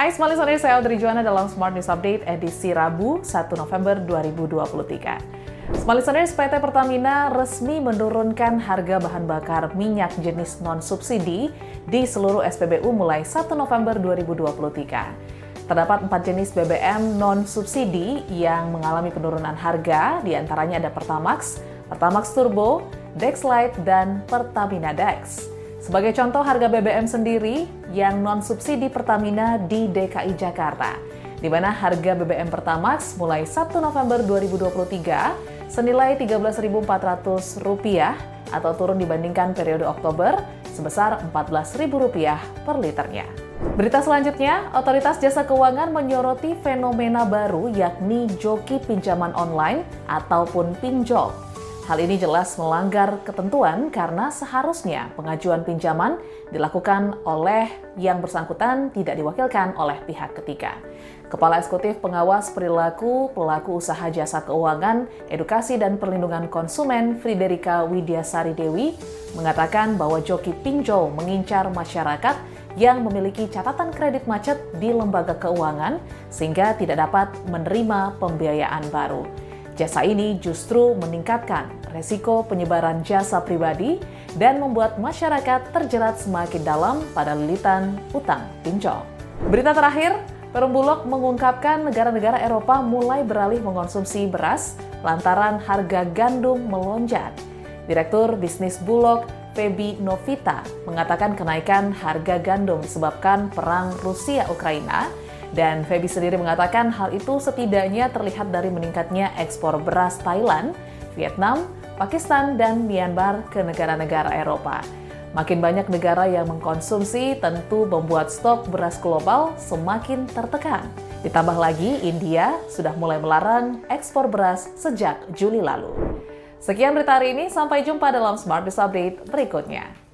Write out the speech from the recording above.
Hai Smart Listener, saya Audrey Juwana dalam Smart News Update edisi Rabu 1 November 2023. Smart Listener, PT Pertamina resmi menurunkan harga bahan bakar minyak jenis non-subsidi di seluruh SPBU mulai 1 November 2023. Terdapat 4 jenis BBM non-subsidi yang mengalami penurunan harga, diantaranya ada Pertamax, Pertamax Turbo, Dexlite, dan Pertamina Dex. Sebagai contoh, harga BBM sendiri yang non-subsidi Pertamina di DKI Jakarta, di mana harga BBM Pertamax mulai 1 November 2023 senilai Rp13.400 atau turun dibandingkan periode Oktober sebesar Rp14.000 per liternya. Berita selanjutnya, Otoritas Jasa Keuangan menyoroti fenomena baru yakni joki pinjaman online ataupun pinjol. Hal ini jelas melanggar ketentuan karena seharusnya pengajuan pinjaman dilakukan oleh yang bersangkutan, tidak diwakilkan oleh pihak ketiga. Kepala Eksekutif Pengawas Perilaku Pelaku Usaha Jasa Keuangan, Edukasi dan Perlindungan Konsumen Friderika Widyasari Dewi mengatakan bahwa joki pinjol mengincar masyarakat yang memiliki catatan kredit macet di lembaga keuangan sehingga tidak dapat menerima pembiayaan baru. Jasa ini justru meningkatkan resiko penyebaran jasa pribadi dan membuat masyarakat terjerat semakin dalam pada lilitan utang pinjol. Berita terakhir, Perum Bulog mengungkapkan negara-negara Eropa mulai beralih mengkonsumsi beras lantaran harga gandum melonjak. Direktur Bisnis Bulog, Feby Novita, mengatakan kenaikan harga gandum disebabkan perang Rusia-Ukraina. Dan Feby sendiri mengatakan hal itu setidaknya terlihat dari meningkatnya ekspor beras Thailand, Vietnam, Pakistan, dan Myanmar ke negara-negara Eropa. Makin banyak negara yang mengkonsumsi tentu membuat stok beras global semakin tertekan. Ditambah lagi, India sudah mulai melarang ekspor beras sejak Juli lalu. Sekian berita hari ini, sampai jumpa dalam Smart News Update berikutnya.